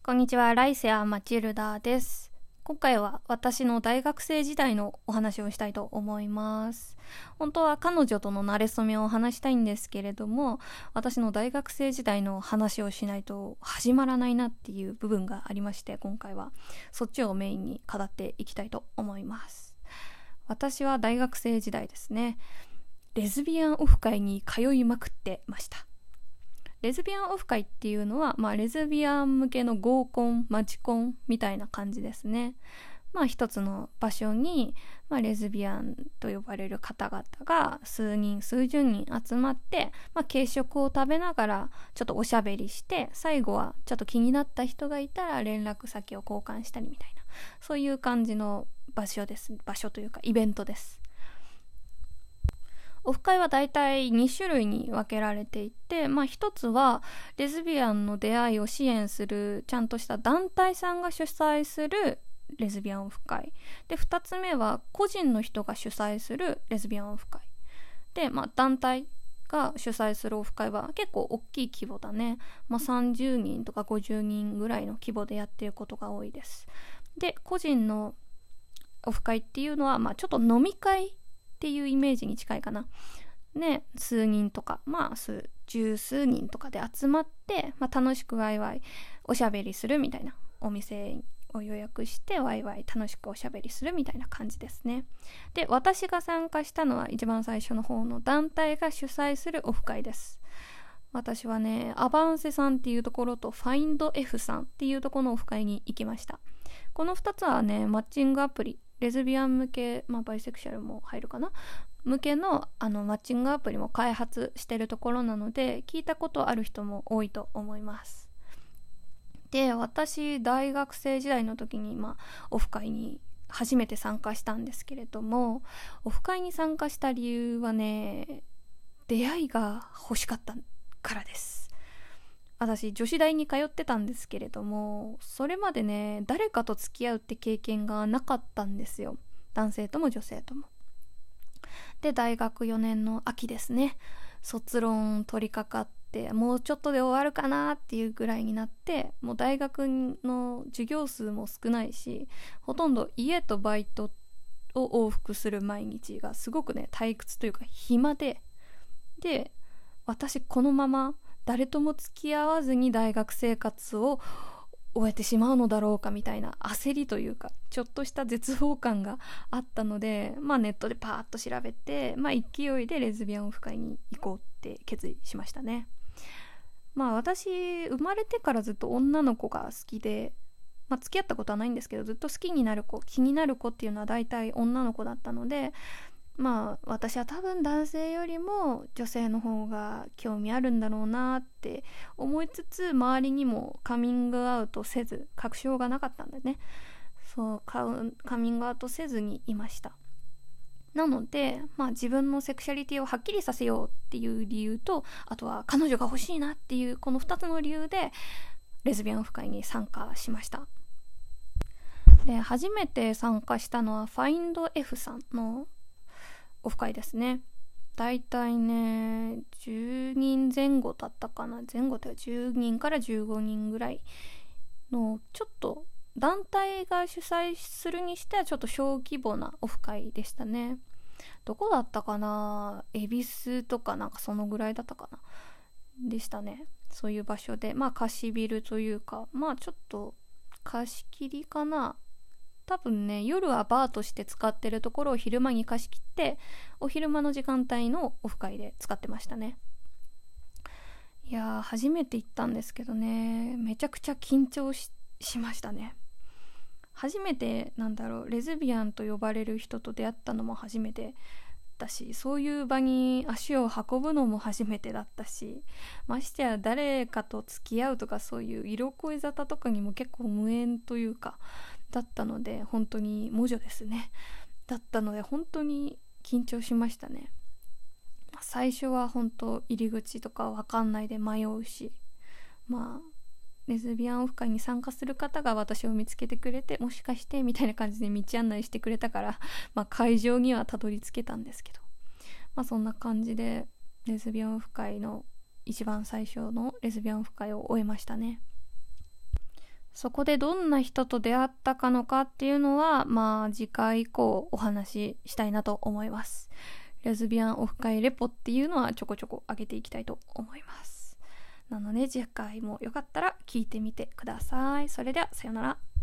こんにちは、ライセア・マチルダです。今回は私の大学生時代のお話をしたいと思います。本当は彼女との馴れ初めを話したいんですけれども、私の大学生時代の話をしないと始まらないなっていう部分がありまして、今回はそっちをメインに語っていきたいと思います。私は大学生時代ですね、レズビアンオフ会に通いまくってました。レズビアンオフ会っていうのは、レズビアン向けの合コン、マチコンみたいな感じですね。一つの場所に、レズビアンと呼ばれる方々が数人、数十人集まって、軽食を食べながらちょっとおしゃべりして、最後はちょっと気になった人がいたら連絡先を交換したりみたいな、そういう感じの場所です。場所というかイベントです。オフ会はだいたい2種類に分けられていて、一つはレズビアンの出会いを支援するちゃんとした団体さんが主催するレズビアンオフ会で、2つ目は個人の人が主催するレズビアンオフ会で、団体が主催するオフ会は結構大きい規模だね。30人とか50人ぐらいの規模でやっていることが多いです。で、個人のオフ会っていうのはちょっと飲み会っていうイメージに近いかな。ね、数人とか、十数人とかで集まって、楽しくワイワイおしゃべりするみたいな、お店を予約してワイワイ楽しくおしゃべりするみたいな感じですね。で、私が参加したのは一番最初の方の団体が主催するオフ会です。私はね、アバンセさんっていうところとファインド F さんっていうところのオフ会に行きました。この2つはね、マッチングアプリ、レズビアン向け、バイセクシャルも入るかな向けのマッチングアプリも開発してるところなので、聞いたことある人も多いと思います。で、私大学生時代の時にオフ会に初めて参加したんですけれども、オフ会に参加した理由はね、出会いが欲しかったからです。私女子大に通ってたんですけれども、それまでね、誰かと付き合うって経験がなかったんですよ。男性とも女性とも。で、大学4年の秋ですね、卒論取り掛かって、もうちょっとで終わるかなっていうぐらいになって、もう大学の授業数も少ないし、ほとんど家とバイトを往復する毎日がすごくね、退屈というか暇で、私このまま誰とも付き合わずに大学生活を終えてしまうのだろうかみたいな焦りというか、ちょっとした絶望感があったので、ネットでパーッと調べて、勢いでレズビアンオフ会に行こうって決意しましたね。私生まれてからずっと女の子が好きで、付き合ったことはないんですけど、ずっと好きになる子、気になる子っていうのは大体女の子だったので、私は多分男性よりも女性の方が興味あるんだろうなって思いつつ、周りにもカミングアウトせず、確証がなかったんだね。そうカミングアウトせずにいました。なので、自分のセクシャリティをはっきりさせようっていう理由と、あとは彼女が欲しいなっていう、この2つの理由でレズビアンオフ会に参加しました。で、初めて参加したのはファインド F さんのオフ会ですね。だいたいね、10人前後だったかな。前後では10人から15人ぐらいの、ちょっと団体が主催するにしてはちょっと小規模なオフ会でしたね。どこだったかな、恵比寿とかそのぐらいだったかなでしたね。そういう場所で、貸しビルというか、ちょっと貸し切りかな。多分ね、夜はバーとして使ってるところを昼間に貸し切って、お昼間の時間帯のオフ会で使ってましたね。いやー、初めて行ったんですけどね、めちゃくちゃ緊張 しましたね。初めてレズビアンと呼ばれる人と出会ったのも初めてだし、そういう場に足を運ぶのも初めてだったし、ましてや誰かと付き合うとか、そういう色恋沙汰とかにも結構無縁というかだったので、本当に魔女ですね。だったので本当に緊張しましたね。最初は本当入り口とか分かんないで迷うし、レズビアンオフ会に参加する方が私を見つけてくれて、もしかしてみたいな感じで道案内してくれたから、会場にはたどり着けたんですけど、そんな感じでレズビアンオフ会の一番最初のレズビアンオフ会を終えましたね。 そこでどんな人と出会ったかのかっていうのは次回以降お話ししたいなと思います。レズビアンオフ会レポっていうのはちょこちょこ上げていきたいと思います。なので次回もよかったら聞いてみてください。それではさようなら。